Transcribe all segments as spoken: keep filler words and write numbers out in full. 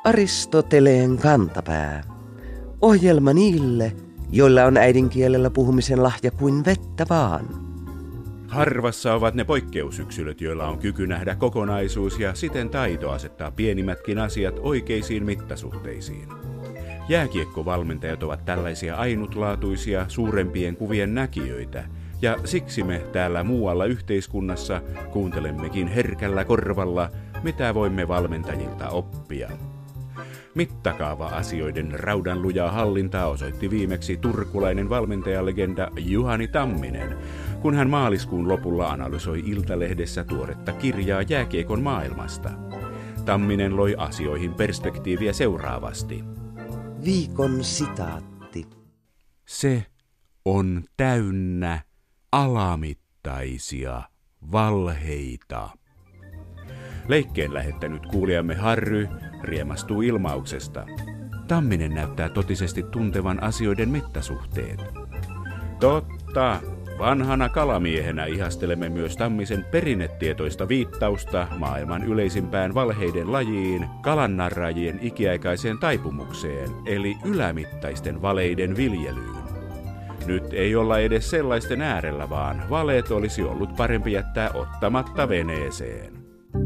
Aristoteleen kantapää. Ohjelma niille, joilla on äidinkielellä puhumisen lahja kuin vettä vaan. Harvassa ovat ne poikkeusyksilöt, joilla on kyky nähdä kokonaisuus ja siten taito asettaa pienimmätkin asiat oikeisiin mittasuhteisiin. Jääkiekkovalmentajat ovat tällaisia ainutlaatuisia, suurempien kuvien näkijöitä, ja siksi me täällä muualla yhteiskunnassa kuuntelemmekin herkällä korvalla, mitä voimme valmentajilta oppia. Mittakaava-asioiden raudanlujaa hallintaa osoitti viimeksi turkulainen valmentajalegenda Juhani Tamminen, kun hän maaliskuun lopulla analysoi Iltalehdessä tuoretta kirjaa jääkiekon maailmasta. Tamminen loi asioihin perspektiiviä seuraavasti. Viikon sitaatti. Se on täynnä alamittaisia valheita. Leikkeen lähettänyt kuulijamme Harry riemastuu ilmauksesta. Tamminen näyttää totisesti tuntevan asioiden mittasuhteet. Totta, vanhana kalamiehenä ihastelemme myös Tammisen perinnetietoista viittausta maailman yleisimpään valheiden lajiin, kalannarraajien ikiaikaiseen taipumukseen, eli ylämittaisten valeiden viljelyyn. Nyt ei olla edes sellaisten äärellä, vaan valeet olisi ollut parempi jättää ottamatta veneeseen.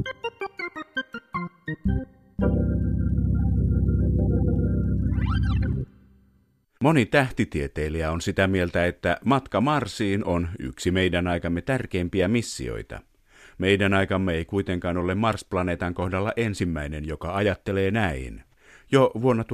Moni tähtitieteilijä on sitä mieltä, että matka Marsiin on yksi meidän aikamme tärkeimpiä missioita. Meidän aikamme ei kuitenkaan ole Mars-planeetan kohdalla ensimmäinen, joka ajattelee näin. Jo vuonna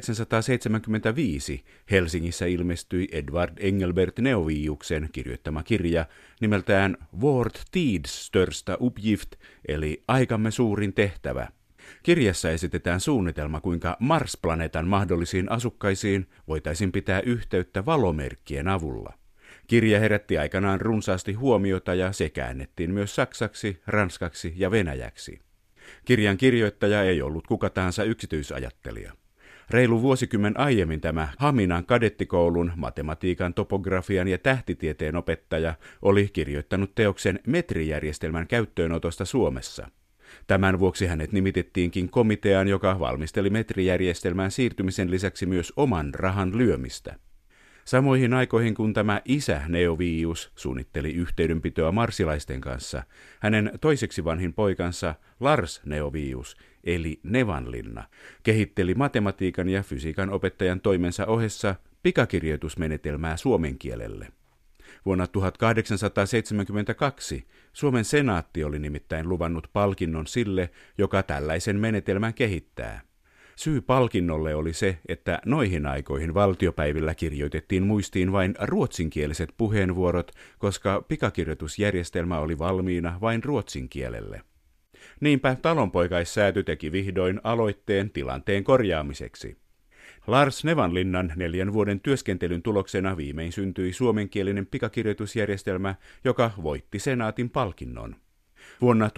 tuhatkahdeksansataaseitsemänkymmentäviisi Helsingissä ilmestyi Edvard Engelbert Neoviuksen kirjoittama kirja nimeltään Vår tids största uppgift, eli aikamme suurin tehtävä. Kirjassa esitetään suunnitelma, kuinka Mars-planeetan mahdollisiin asukkaisiin voitaisiin pitää yhteyttä valomerkkien avulla. Kirja herätti aikanaan runsaasti huomiota ja se käännettiin myös saksaksi, ranskaksi ja venäjäksi. Kirjan kirjoittaja ei ollut kuka tahansa yksityisajattelija. Reilu vuosikymmen aiemmin tämä Haminan kadettikoulun matematiikan, topografian ja tähtitieteen opettaja oli kirjoittanut teoksen metrijärjestelmän käyttöönotosta Suomessa. Tämän vuoksi hänet nimitettiinkin komiteaan, joka valmisteli metrijärjestelmään siirtymisen lisäksi myös oman rahan lyömistä. Samoihin aikoihin kun tämä isä Neovius suunnitteli yhteydenpitoa marsilaisten kanssa, hänen toiseksi vanhin poikansa Lars Neovius, eli Nevanlinna, kehitteli matematiikan ja fysiikan opettajan toimensa ohessa pikakirjoitusmenetelmää suomen kielelle. Vuonna tuhatkahdeksansataaseitsemänkymmentäkaksi Suomen senaatti oli nimittäin luvannut palkinnon sille, joka tällaisen menetelmän kehittää. Syy palkinnolle oli se, että noihin aikoihin valtiopäivillä kirjoitettiin muistiin vain ruotsinkieliset puheenvuorot, koska pikakirjoitusjärjestelmä oli valmiina vain ruotsin kielelle. Niinpä talonpoikaissääty teki vihdoin aloitteen tilanteen korjaamiseksi. Lars Nevanlinnan neljän vuoden työskentelyn tuloksena viimein syntyi suomenkielinen pikakirjoitusjärjestelmä, joka voitti senaatin palkinnon. Vuonna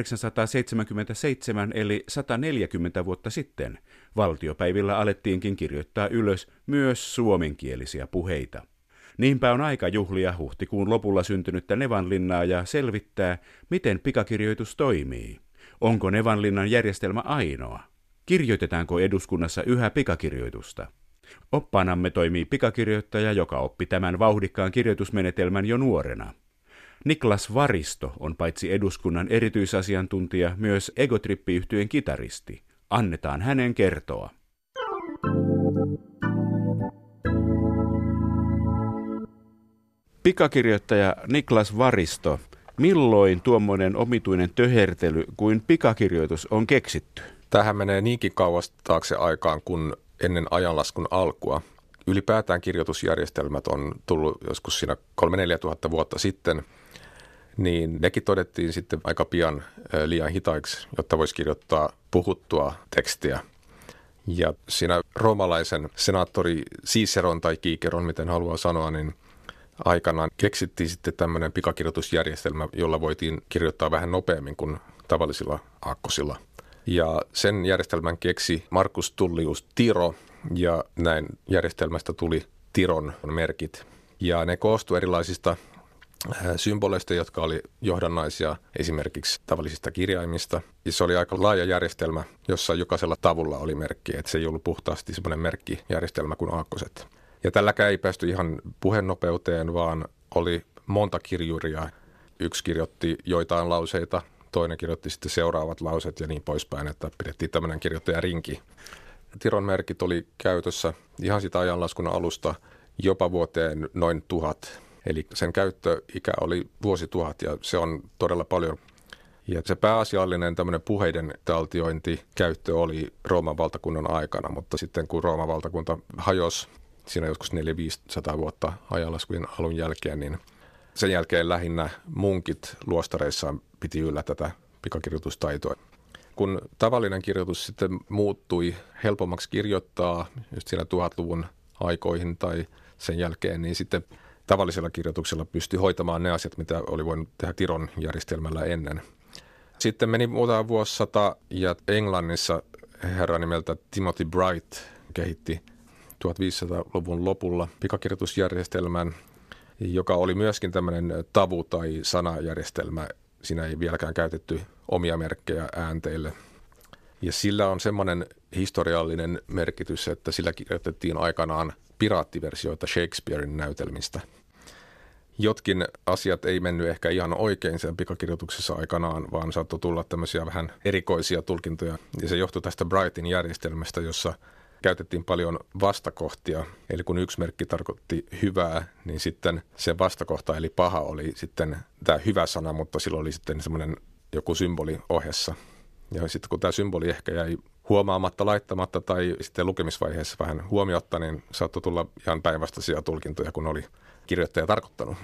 tuhatkahdeksansataaseitsemänkymmentäseitsemän eli sata neljäkymmentä vuotta sitten valtiopäivillä alettiinkin kirjoittaa ylös myös suomenkielisiä puheita. Niinpä on aika juhlia huhtikuun lopulla syntynyttä Nevanlinnaa ja selvittää, miten pikakirjoitus toimii. Onko Nevanlinnan järjestelmä ainoa? Kirjoitetaanko eduskunnassa yhä pikakirjoitusta? Oppaanamme toimii pikakirjoittaja, joka oppi tämän vauhdikkaan kirjoitusmenetelmän jo nuorena. Niklas Varisto on paitsi eduskunnan erityisasiantuntija myös Egotrippi-yhtyeen kitaristi. Annetaan hänen kertoa. Pikakirjoittaja Niklas Varisto, milloin tuommoinen omituinen töhertely kuin pikakirjoitus on keksitty? Tähän menee niinkin kauas taakse aikaan kuin ennen ajanlaskun alkua. Ylipäätään kirjoitusjärjestelmät on tullut joskus siinä kolme neljä tuhatta vuotta sitten, niin nekin todettiin sitten aika pian liian hitaiksi, jotta voisi kirjoittaa puhuttua tekstiä. Ja siinä roomalaisen senaattori Ciceron tai Kiikeron, miten haluaa sanoa, niin aikanaan keksittiin sitten tämmöinen pikakirjoitusjärjestelmä, jolla voitiin kirjoittaa vähän nopeammin kuin tavallisilla aakkosilla. Ja sen järjestelmän keksi Marcus Tullius Tiro, ja näin järjestelmästä tuli Tiron merkit. Ja ne koostuivat erilaisista symboleista, jotka oli johdannaisia esimerkiksi tavallisista kirjaimista. Ja se oli aika laaja järjestelmä, jossa jokaisella tavulla oli merkki, että se ei ollut puhtaasti semmoinen merkkijärjestelmä kuin aakkoset. Ja tälläkään ei päästy ihan puhenopeuteen, vaan oli monta kirjuria. Yksi kirjoitti joitain lauseita, toinen kirjoitti sitten seuraavat lauseet ja niin poispäin, että pidettiin tämmöinen kirjoittajarinki. Tiron merkit oli käytössä ihan sitä ajanlaskun alusta jopa vuoteen noin tuhat. Eli sen käyttöikä oli vuosituhat ja se on todella paljon. Ja se pääasiallinen tämmöinen puheiden taltiointi käyttö oli Rooman valtakunnan aikana, mutta sitten kun Rooman valtakunta hajosi siinä joskus neljäsataa viisisataa vuotta ajanlaskujen alun jälkeen, niin sen jälkeen lähinnä munkit luostareissaan piti yllä tätä pikakirjoitustaitoa. Kun tavallinen kirjoitus sitten muuttui helpommaksi kirjoittaa just siinä tuhatluvun aikoihin tai sen jälkeen, niin sitten tavallisella kirjoituksella pystyi hoitamaan ne asiat, mitä oli voinut tehdä Tiron järjestelmällä ennen. Sitten meni muutama vuosisata ja Englannissa herra nimeltä Timothy Bright kehitti tuhatviisisataaluvun lopulla pikakirjoitusjärjestelmän, joka oli myöskin tämmöinen tavu- tai sanajärjestelmä. Siinä ei vieläkään käytetty omia merkkejä äänteille. Ja sillä on semmoinen historiallinen merkitys, että sillä kirjoitettiin aikanaan piraattiversioita Shakespearein näytelmistä. Jotkin asiat ei mennyt ehkä ihan oikein sen pikakirjoituksessa aikanaan, vaan saattoi tulla tämmöisiä vähän erikoisia tulkintoja. Ja se johtui tästä Brightin järjestelmästä, jossa käytettiin paljon vastakohtia. Eli kun yksi merkki tarkoitti hyvää, niin sitten se vastakohta eli paha oli sitten tämä hyvä sana, mutta sillä oli sitten semmoinen joku symboli ohessa. Ja sitten kun tämä symboli ehkä jäi huomaamatta, laittamatta tai sitten lukemisvaiheessa vähän huomiotta, niin saattoi tulla ihan päinvastaisia tulkintoja, kun oli kirjoittaja tarkoittanut.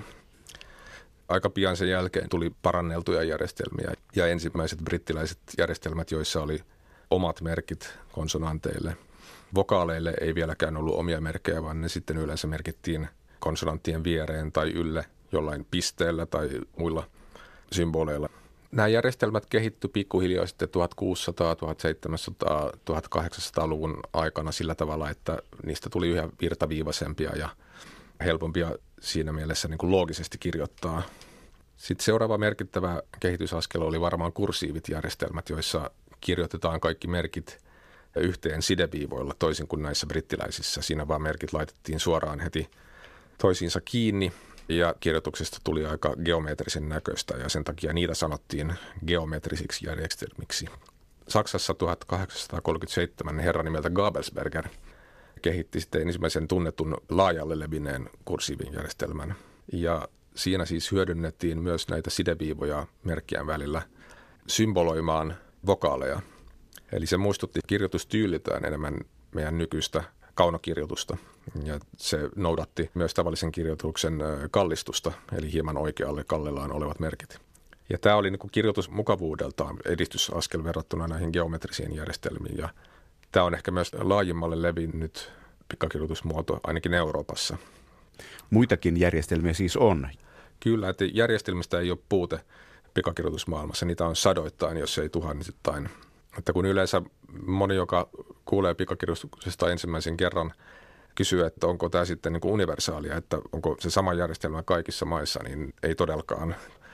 Aika pian sen jälkeen tuli paranneltuja järjestelmiä ja ensimmäiset brittiläiset järjestelmät, joissa oli omat merkit konsonanteille. Vokaaleille ei vieläkään ollut omia merkkejä, vaan ne sitten yleensä merkittiin konsonanttien viereen tai ylle jollain pisteellä tai muilla symboleilla. Nämä järjestelmät kehittyi pikkuhiljaa sitten tuhatkuusisataa, tuhatseitsemänsataa, tuhatkahdeksansataaluvun aikana sillä tavalla, että niistä tuli yhä virtaviivaisempia ja helpompia siinä mielessä niin kuin loogisesti kirjoittaa. Sitten seuraava merkittävä kehitysaskel oli varmaan kursiivit järjestelmät, joissa kirjoitetaan kaikki merkit yhteen sideviivoilla toisin kuin näissä brittiläisissä. Siinä vaan merkit laitettiin suoraan heti toisiinsa kiinni ja kirjoituksesta tuli aika geometrisen näköistä ja sen takia niitä sanottiin geometrisiksi järjestelmiksi. Saksassa tuhatkahdeksansataakolmekymmentäseitsemän herra nimeltä Gabelsberger kehitti sitten ensimmäisen tunnetun laajalle levinneen kursiivin järjestelmän. Ja siinä siis hyödynnettiin myös näitä sideviivoja merkkien välillä symboloimaan vokaaleja. Eli se muistutti kirjoitustyyliltään enemmän meidän nykyistä kaunokirjoitusta. Ja se noudatti myös tavallisen kirjoituksen kallistusta, eli hieman oikealle kallellaan olevat merkit. Ja tämä oli niin kuin kirjoitusmukavuudeltaan edistysaskel verrattuna näihin geometrisiin järjestelmiin. Ja tämä on ehkä myös laajimmalle levinnyt pikakirjoitusmuoto, ainakin Euroopassa. Muitakin järjestelmiä siis on? Kyllä, että järjestelmistä ei ole puute pikakirjoitusmaailmassa. Niitä on sadoittain, jos ei tuhansittain. Että kun yleensä moni, joka kuulee pikakirjoituksesta ensimmäisen kerran, kysyy, että onko tämä sitten niin kuin universaalia, että onko se sama järjestelmä kaikissa maissa, niin ei todellakaan.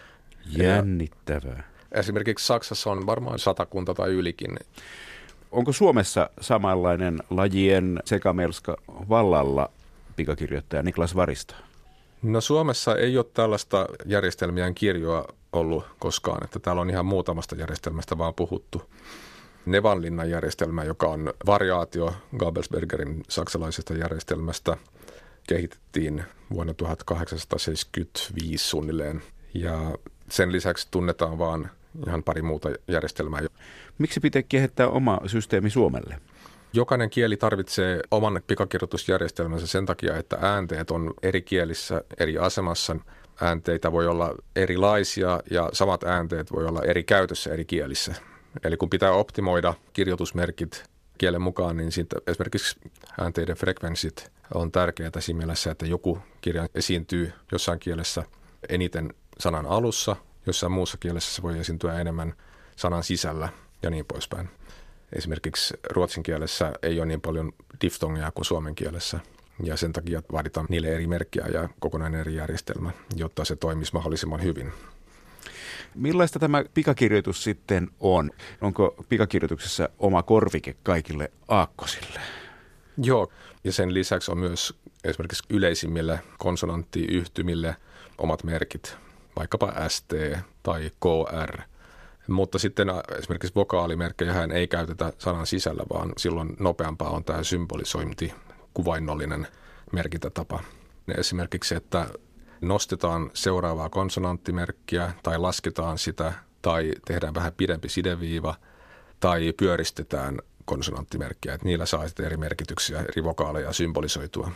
Jännittävää. Ja esimerkiksi Saksassa on varmaan satakunta tai ylikin. Onko Suomessa samanlainen lajien sekamelska vallalla pikakirjoittaja Niklas Varista? No Suomessa ei ole tällaista järjestelmien kirjoa ollut koskaan, että täällä on ihan muutamasta järjestelmästä vaan puhuttu. Nevanlinnan järjestelmä, joka on variaatio Gabelsbergerin saksalaisesta järjestelmästä, kehitettiin vuonna tuhatkahdeksansataaseitsemänkymmentäviisi suunnilleen ja sen lisäksi tunnetaan vaan ihan pari muuta järjestelmää. Miksi pitää kehittää oma systeemi Suomelle? Jokainen kieli tarvitsee oman pikakirjoitusjärjestelmänsä sen takia, että äänteet on eri kielissä eri asemassa. Äänteitä voi olla erilaisia ja samat äänteet voi olla eri käytössä eri kielissä. Eli kun pitää optimoida kirjoitusmerkit kielen mukaan, niin siitä esimerkiksi äänteiden frekvenssit on tärkeää siinä mielessä, että joku kirja esiintyy jossain kielessä eniten sanan alussa, jossain muussa kielessä se voi esiintyä enemmän sanan sisällä ja niin poispäin. Esimerkiksi ruotsin kielessä ei ole niin paljon diftongeja kuin suomen kielessä. Ja sen takia vaaditaan niille eri merkkiä ja kokonainen eri järjestelmä, jotta se toimisi mahdollisimman hyvin. Millaista tämä pikakirjoitus sitten on? Onko pikakirjoituksessa oma korvike kaikille aakkosille? Joo, ja sen lisäksi on myös esimerkiksi yleisimmille konsonanttiyhtymille omat merkit, vaikkapa S T tai K R. Mutta sitten esimerkiksi vokaalimerkkejähän ei käytetä sanan sisällä, vaan silloin nopeampaa on tämä symbolisointi, kuvainnollinen merkintätapa. Esimerkiksi, että nostetaan seuraavaa konsonanttimerkkiä tai lasketaan sitä tai tehdään vähän pidempi sideviiva tai pyöristetään konsonanttimerkkiä. Että niillä saa sitten eri merkityksiä, eri vokaaleja symbolisoitua.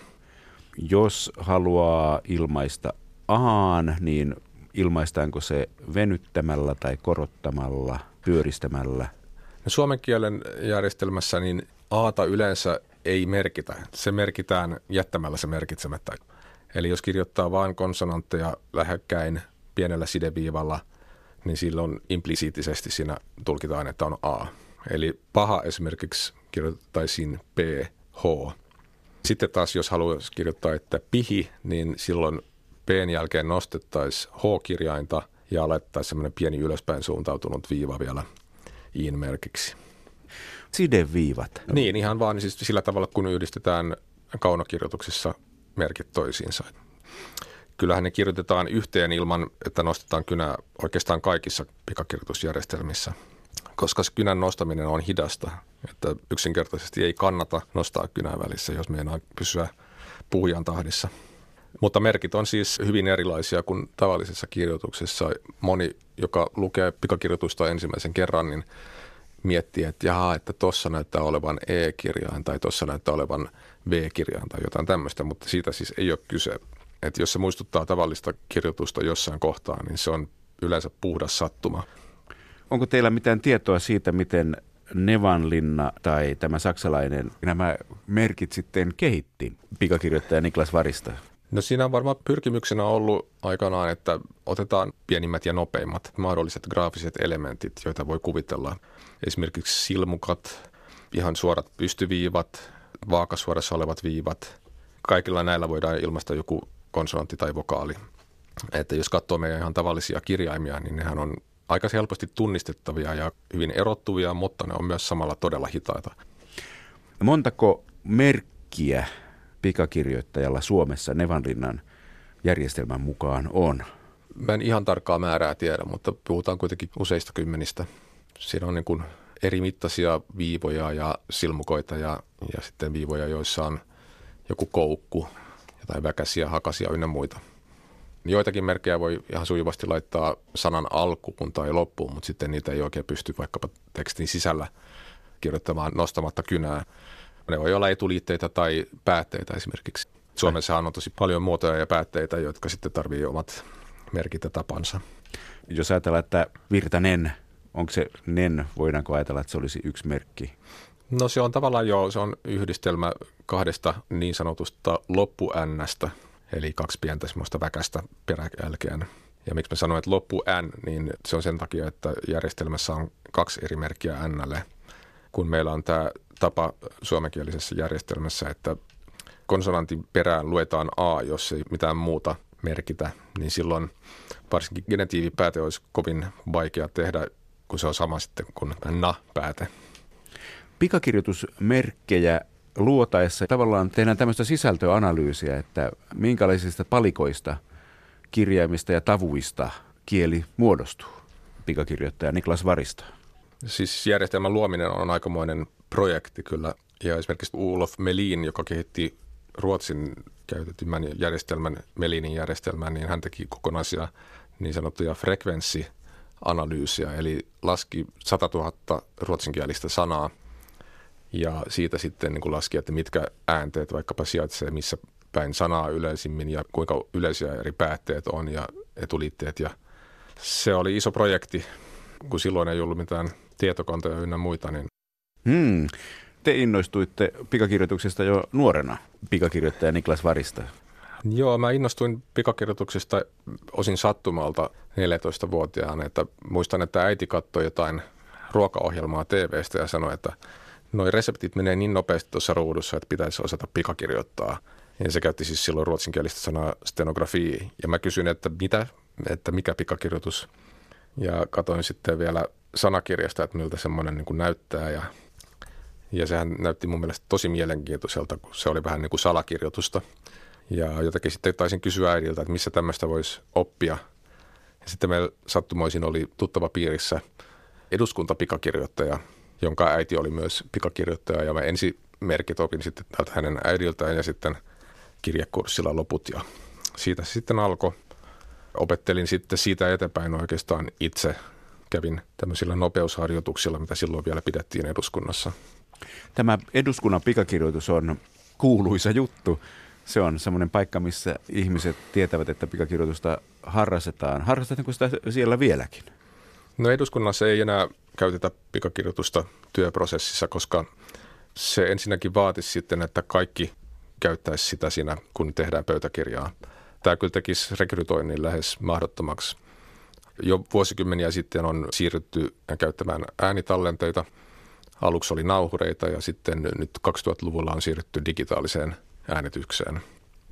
Jos haluaa ilmaista aan, niin ilmaistaanko se venyttämällä tai korottamalla, pyöristämällä? No, suomen kielen järjestelmässä niin aata yleensä ei merkitä. Se merkitään jättämällä se merkitsemättä. Eli jos kirjoittaa vain konsonantteja lähekkäin pienellä sideviivalla, niin silloin implisiittisesti siinä tulkitaan, että on A. Eli paha esimerkiksi kirjoitettaisiin P, H. Sitten taas jos haluaisi kirjoittaa, että pihi, niin silloin P:n jälkeen nostettaisiin H-kirjainta ja laittaisiin semmoinen pieni ylöspäin suuntautunut viiva vielä iin merkiksi. Sideviivat. Niin, ihan vaan siis sillä tavalla, kun yhdistetään kaunokirjoituksissa merkit toisiinsa. Kyllähän ne kirjoitetaan yhteen ilman, että nostetaan kynää oikeastaan kaikissa pikakirjoitusjärjestelmissä, koska se kynän nostaminen on hidasta. Että yksinkertaisesti ei kannata nostaa kynää välissä, jos meinaa pysyä puhujan tahdissa. Mutta merkit on siis hyvin erilaisia kuin tavallisessa kirjoituksessa. Moni, joka lukee pikakirjoitusta ensimmäisen kerran, niin miettii, että jaha, että tuossa näyttää olevan E-kirjain tai tuossa näyttää olevan V-kirjain tai jotain tämmöistä, mutta siitä siis ei ole kyse. Että jos se muistuttaa tavallista kirjoitusta jossain kohtaa, niin se on yleensä puhdas sattuma. Onko teillä mitään tietoa siitä, miten Nevanlinna tai tämä saksalainen nämä merkit sitten kehitti, pikakirjoittaja Niklas Varista? No siinä on varmaan pyrkimyksenä ollut aikanaan, että otetaan pienimmät ja nopeimmat mahdolliset graafiset elementit, joita voi kuvitella. Esimerkiksi silmukat, ihan suorat pystyviivat, vaakasuorassa olevat viivat. Kaikilla näillä voidaan ilmaista joku konsonantti tai vokaali. Että jos katsoo meidän ihan tavallisia kirjaimia, niin nehän on aika helposti tunnistettavia ja hyvin erottuvia, mutta ne on myös samalla todella hitaita. Montako merkkiä pikakirjoittajalla Suomessa Nevanlinnan järjestelmän mukaan on? Mä en ihan tarkkaa määrää tiedä, mutta puhutaan kuitenkin useista kymmenistä. Siinä on niin kuin eri mittaisia viivoja ja silmukoita ja, ja sitten viivoja, joissa on joku koukku, jotain väkäsiä, hakasia ynnä muita. Joitakin merkkejä voi ihan sujuvasti laittaa sanan alkuun tai loppuun, mutta sitten niitä ei oikein pysty vaikkapa tekstin sisällä kirjoittamaan nostamatta kynää. Ne voi olla etuliitteitä tai päätteitä esimerkiksi. Suomessahan on tosi paljon muotoja ja päätteitä, jotka sitten tarvitsee omat merkit ja tapansa. Jos ajatellaan, että Virtanen, onko se nen, voidaanko ajatella, että se olisi yksi merkki? No se on tavallaan jo, se on yhdistelmä kahdesta niin sanotusta loppu-ännästä, eli kaksi pientä semmoista väkästä peräjälkeen. Ja miksi mä sanoin, että loppu-n, niin se on sen takia, että järjestelmässä on kaksi eri merkkiä ännälle, kun meillä on tämä tapa suomenkielisessä järjestelmässä, että konsonantin perään luetaan A, jos ei mitään muuta merkitä, niin silloin varsinkin genitiivipääte olisi kovin vaikea tehdä, kun se on sama sitten kuin na-pääte. Pikakirjoitusmerkkejä luotaessa tavallaan tehdään tämmöistä sisältöanalyysiä, että minkälaisista palikoista, kirjaimista ja tavuista kieli muodostuu. Pikakirjoittaja Niklas Varista. Siis järjestelmän luominen on aikamoinen projekti kyllä. Ja esimerkiksi Olof Melin, joka kehitti Ruotsin käytetymän järjestelmän, Melinin järjestelmän, niin hän teki kokonaisia niin sanottuja frekvenssianalyysiä, eli laski satatuhatta ruotsinkielistä sanaa ja siitä sitten niin kuin laski, että mitkä äänteet vaikkapa sijaitsee missä päin sanaa yleisimmin ja kuinka yleisiä eri päätteet on ja etuliitteet. Ja se oli iso projekti, kun silloin ei ollut mitään tietokantoja ynnä muita. Niin hmm. Te innostuitte pikakirjoituksesta jo nuorena, pikakirjoittaja Niklas Varista. Joo, mä innostuin pikakirjoituksesta osin sattumalta neljätoistavuotiaana. Että muistan, että äiti katsoi jotain ruokaohjelmaa T V:stä ja sanoi, että noi reseptit menee niin nopeasti tuossa ruudussa, että pitäisi osata pikakirjoittaa. Ja se käytti siis silloin ruotsinkielistä sanaa stenografia. Ja mä kysyin, että mitä, että mikä pikakirjoitus. Ja katsoin sitten vielä sanakirjasta, että miltä semmoinen niin kuin näyttää. Ja, ja sehän näytti mun mielestä tosi mielenkiintoiselta, kun se oli vähän niin kuin salakirjoitusta. Ja jotenkin sitten taisin kysyä äidiltä, että missä tämmöistä voisi oppia. Ja sitten meillä sattumoisin oli tuttava piirissä eduskuntapikakirjoittaja, jonka äiti oli myös pikakirjoittaja. Ja mä ensimerkit opin sitten täältä hänen äidiltään ja sitten kirjekurssilla loput. Ja siitä sitten alkoi. Opettelin sitten siitä eteenpäin oikeastaan itse. Kävin tämmöisillä nopeusharjoituksilla, mitä silloin vielä pidettiin eduskunnassa. Tämä eduskunnan pikakirjoitus on kuuluisa juttu. Se on semmoinen paikka, missä ihmiset tietävät, että pikakirjoitusta harrastetaan. Harrastetaanko sitä siellä vieläkin? No eduskunnassa ei enää käytetä pikakirjoitusta työprosessissa, koska se ensinnäkin vaatisi sitten, että kaikki käyttäisi sitä siinä, kun tehdään pöytäkirjaa. Tämä kyllä tekisi rekrytoinnin lähes mahdottomaksi. Jo vuosikymmeniä sitten on siirrytty käyttämään äänitallenteita. Aluksi oli nauhureita ja sitten nyt kaksituhattaluvulla on siirrytty digitaaliseen äänitykseen.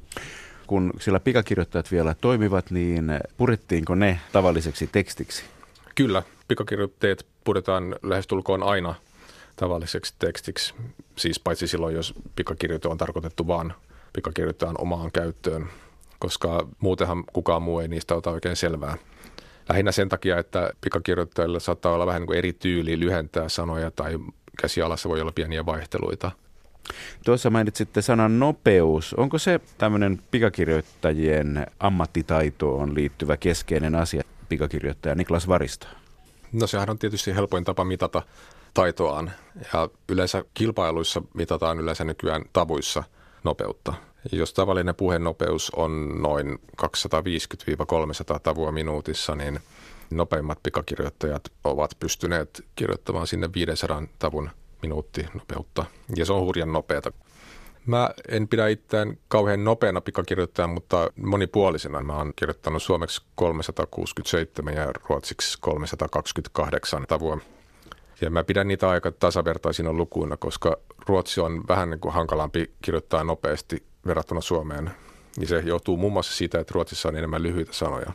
Kun sillä pikakirjoittajat vielä toimivat, niin purettiinko ne tavalliseksi tekstiksi? Kyllä, pikakirjoitteet puretaan lähestulkoon aina tavalliseksi tekstiksi. Siis paitsi silloin, jos pikakirjoite on tarkoitettu vaan pikakirjoittajan omaan käyttöön, koska muutenhan kukaan muu ei niistä ota oikein selvää. Lähinnä sen takia, että pikakirjoittajilla saattaa olla vähän niin kuin eri tyyli lyhentää sanoja tai käsialassa voi olla pieniä vaihteluita. Tuossa mainitsitte sanan nopeus. Onko se tämmöinen pikakirjoittajien ammattitaitoon liittyvä keskeinen asia pikakirjoittaja Niklas Varisto? No sehän on tietysti helpoin tapa mitata taitoaan ja yleensä kilpailuissa mitataan yleensä nykyään tavuissa nopeutta. Jos tavallinen puhenopeus on noin kaksisataaviisikymmentä kolmesataa tavua minuutissa, niin nopeimmat pikakirjoittajat ovat pystyneet kirjoittamaan sinne viisisataa tavun minuuttinopeutta, ja se on hurjan nopeata. Mä en pidä itseään kauhean nopeana pikakirjoittajana, mutta monipuolisena. Mä oon kirjoittanut suomeksi kolmesataakuusikymmentäseitsemän ja ruotsiksi kolmesataakaksikymmentäkahdeksan tavua. Ja mä pidän niitä aika tasavertaisina lukuina, koska ruotsi on vähän niin kuin hankalampi kirjoittaa nopeasti verrattuna Suomeen. Ja se johtuu muun muassa siitä, että Ruotsissa on enemmän lyhyitä sanoja.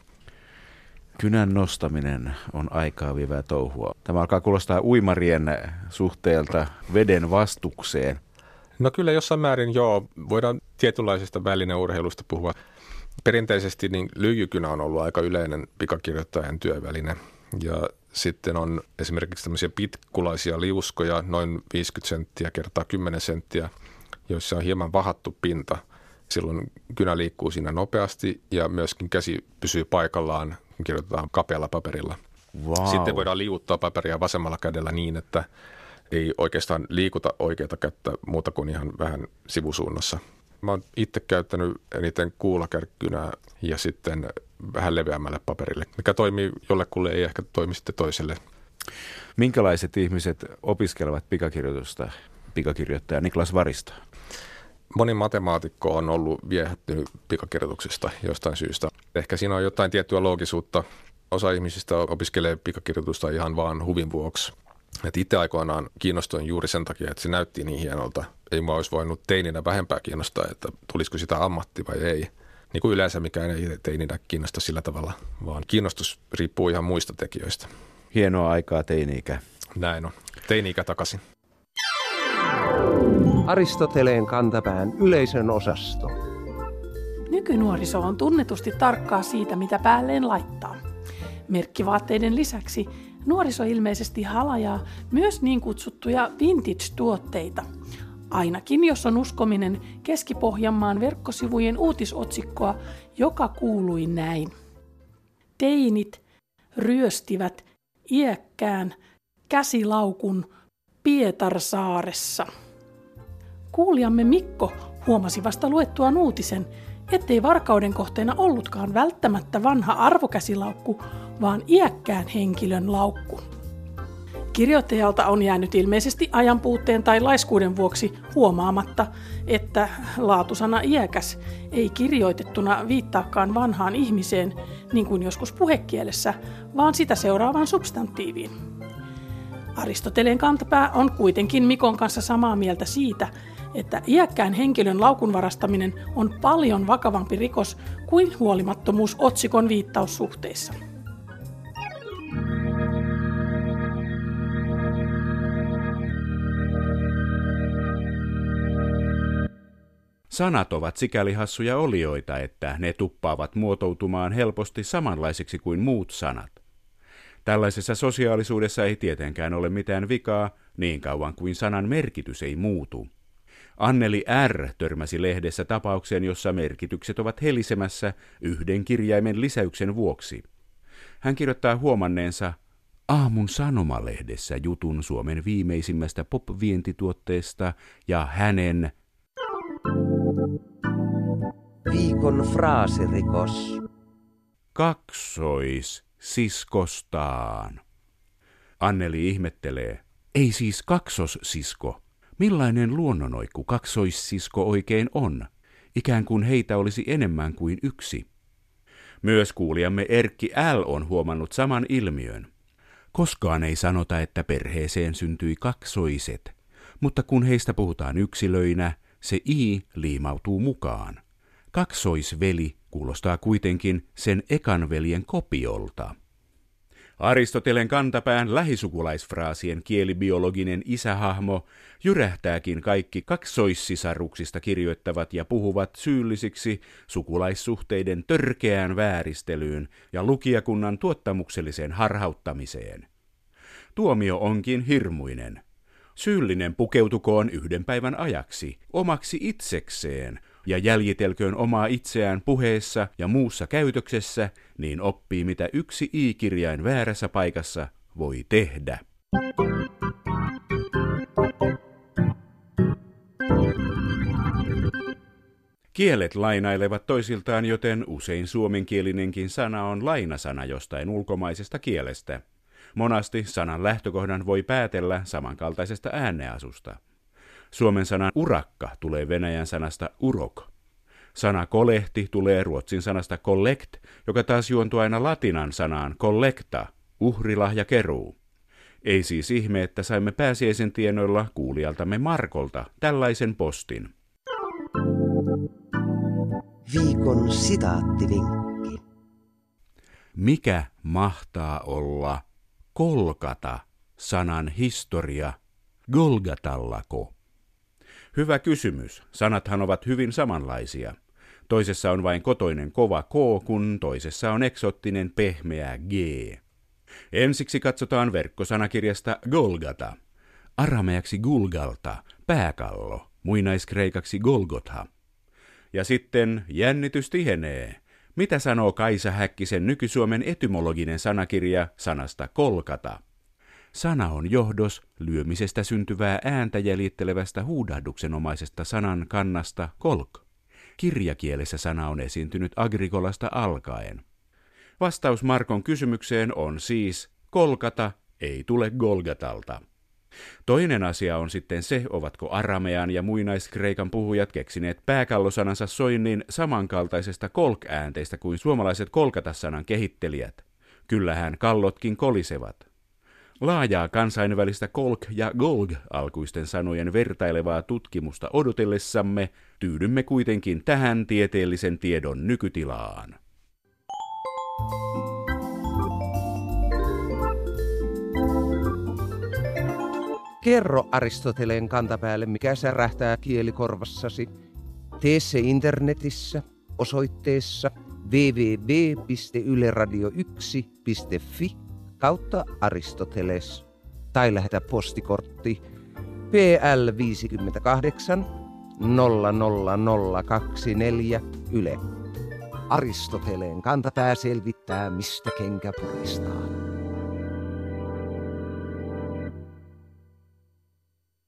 Kynän nostaminen on aikaa vievää touhua. Tämä alkaa kuulostaa uimarien suhteelta veden vastukseen. No kyllä jossain määrin joo. Voidaan tietynlaisesta välineurheilusta puhua. Perinteisesti niin lyijykynä on ollut aika yleinen pikakirjoittajan työväline. Ja sitten on esimerkiksi tämmöisiä pitkulaisia liuskoja, noin viisikymmentä senttiä kertaa kymmenen senttiä, joissa on hieman vahattu pinta. Silloin kynä liikkuu siinä nopeasti ja myöskin käsi pysyy paikallaan, kun kirjoitetaan kapealla paperilla. Wow. Sitten voidaan liuuttaa paperia vasemmalla kädellä niin, että ei oikeastaan liikuta oikeata kättä muuta kuin ihan vähän sivusuunnassa. Mä oon itse käyttänyt eniten kuulakärkkynää ja sitten vähän leveämmälle paperille, mikä toimii jollekulle, ei ehkä toimi sitten toiselle. Minkälaiset ihmiset opiskelevat pikakirjoitusta, pikakirjoittaja Niklas Varisto? Moni matemaatikko on ollut viehättynyt pikakirjoituksesta jostain syystä. Ehkä siinä on jotain tiettyä loogisuutta. Osa ihmisistä opiskelee pikakirjoitusta ihan vaan huvin vuoksi. Et itse aikoinaan kiinnostuin juuri sen takia, että se näytti niin hienolta. Ei mua olisi voinut teininä vähempää kiinnostaa, että tulisiko sitä ammatti vai ei. Niin kuin yleensä mikään ei teininä kiinnosta sillä tavalla, vaan kiinnostus riippuu ihan muista tekijöistä. Hienoa aikaa teini-ikä. Näin on. Teini-ikä takaisin. Aristoteleen kantapään yleisön osasto. Nykynuoriso on tunnetusti tarkkaa siitä, mitä päälleen laittaa. Merkkivaatteiden lisäksi nuoriso ilmeisesti halajaa myös niin kutsuttuja vintage-tuotteita. Ainakin jos on uskominen Keski-Pohjanmaan verkkosivujen uutisotsikkoa, joka kuului näin. Teinit ryöstivät iäkkään käsilaukun Pietarsaaressa. Kuulijamme Mikko huomasi vasta luettuaan uutisen, ettei varkauden kohteena ollutkaan välttämättä vanha arvokäsilaukku, vaan iäkkään henkilön laukku. Kirjoittajalta on jäänyt ilmeisesti ajanpuutteen tai laiskuuden vuoksi huomaamatta, että laatusana iäkäs ei kirjoitettuna viittaakaan vanhaan ihmiseen, niin kuin joskus puhekielessä, vaan sitä seuraavaan substantiiviin. Aristoteleen kantapää on kuitenkin Mikon kanssa samaa mieltä siitä, että iäkkään henkilön laukun varastaminen on paljon vakavampi rikos kuin huolimattomuus otsikon viittaussuhteissa. Sanat ovat sikäli hassuja olioita, että ne tuppaavat muotoutumaan helposti samanlaisiksi kuin muut sanat. Tällaisessa sosiaalisuudessa ei tietenkään ole mitään vikaa niin kauan kuin sanan merkitys ei muutu. Anneli R. törmäsi lehdessä tapaukseen, jossa merkitykset ovat helisemässä yhden kirjaimen lisäyksen vuoksi. Hän kirjoittaa huomanneensa Aamun Sanomalehdessä jutun Suomen viimeisimmästä pop-vientituotteesta ja hänen Viikon fraasirikos. kaksoissiskostaan. Anneli ihmettelee. Ei siis kaksossisko. Millainen luonnonoikku kaksoissisko oikein on? Ikään kuin heitä olisi enemmän kuin yksi. Myös kuulijamme Erkki L. on huomannut saman ilmiön. Koskaan ei sanota, että perheeseen syntyi kaksoiset, mutta kun heistä puhutaan yksilöinä, se i liimautuu mukaan. Kaksoisveli kuulostaa kuitenkin sen ekan veljen kopiolta. Aristotelen kantapään lähisukulaisfraasien kielibiologinen isähahmo jyrähtääkin kaikki kaksoissisaruksista kirjoittavat ja puhuvat syyllisiksi sukulaissuhteiden törkeään vääristelyyn ja lukijakunnan tuottamukselliseen harhauttamiseen. Tuomio onkin hirmuinen. Syyllinen pukeutukoon yhden päivän ajaksi omaksi itsekseen ja jäljitelköön omaa itseään puheessa ja muussa käytöksessä, niin oppii mitä yksi i-kirjain väärässä paikassa voi tehdä. Kielet lainailevat toisiltaan, joten usein suomenkielinenkin sana on lainasana jostain ulkomaisesta kielestä. Monasti sanan lähtökohdan voi päätellä samankaltaisesta äänneasusta. Suomen sanan urakka tulee venäjän sanasta urok. Sana kolehti tulee ruotsin sanasta collect, joka taas juontuu aina latinan sanaan collecta, uhrilahjakeruu. Ei siis ihme, että saimme pääsiäisen tienoilla kuulijaltamme Markolta tällaisen postin. Viikon sitaattivinkki. Mikä mahtaa olla kolkata sanan historia Golgatallako? Hyvä kysymys. Sanathan ovat hyvin samanlaisia. Toisessa on vain kotoinen kova K, kun toisessa on eksoottinen pehmeä G. Ensiksi katsotaan verkkosanakirjasta Golgata. Arameaksi Gulgalta, pääkallo, muinaiskreikaksi Golgotha. Ja sitten jännitys tihenee. Mitä sanoo Kaisa Häkkisen Nyky-Suomen etymologinen sanakirja sanasta kolkata? Sana on johdos lyömisestä syntyvää ääntä jäljittelevästä huudahduksenomaisesta sanan kannasta kolk. Kirjakielessä sana on esiintynyt Agrikolasta alkaen. Vastaus Markon kysymykseen on siis kolkata ei tule Golgatalta. Toinen asia on sitten se, ovatko aramean ja muinaiskreikan puhujat keksineet pääkallosanansa soinnin samankaltaisesta kolk-äänteistä kuin suomalaiset kolkata-sanan kehittelijät. Kyllähän kallotkin kolisevat. Laajaa kansainvälistä kolk- ja golg-alkuisten sanojen vertailevaa tutkimusta odotellessamme tyydymme kuitenkin tähän tieteellisen tiedon nykytilaan. Kerro Aristoteleen kantapäälle, mikä särähtää kielikorvassasi. Tee se internetissä osoitteessa double-u double-u double-u piste yle radio yksi piste fi kautta Aristoteles tai lähetä postikortti P L viisikymmentäkahdeksan nolla nolla nolla kaksikymmentäneljä Yle. Aristoteleen kantapää selvittää, mistä kenkä puristaa.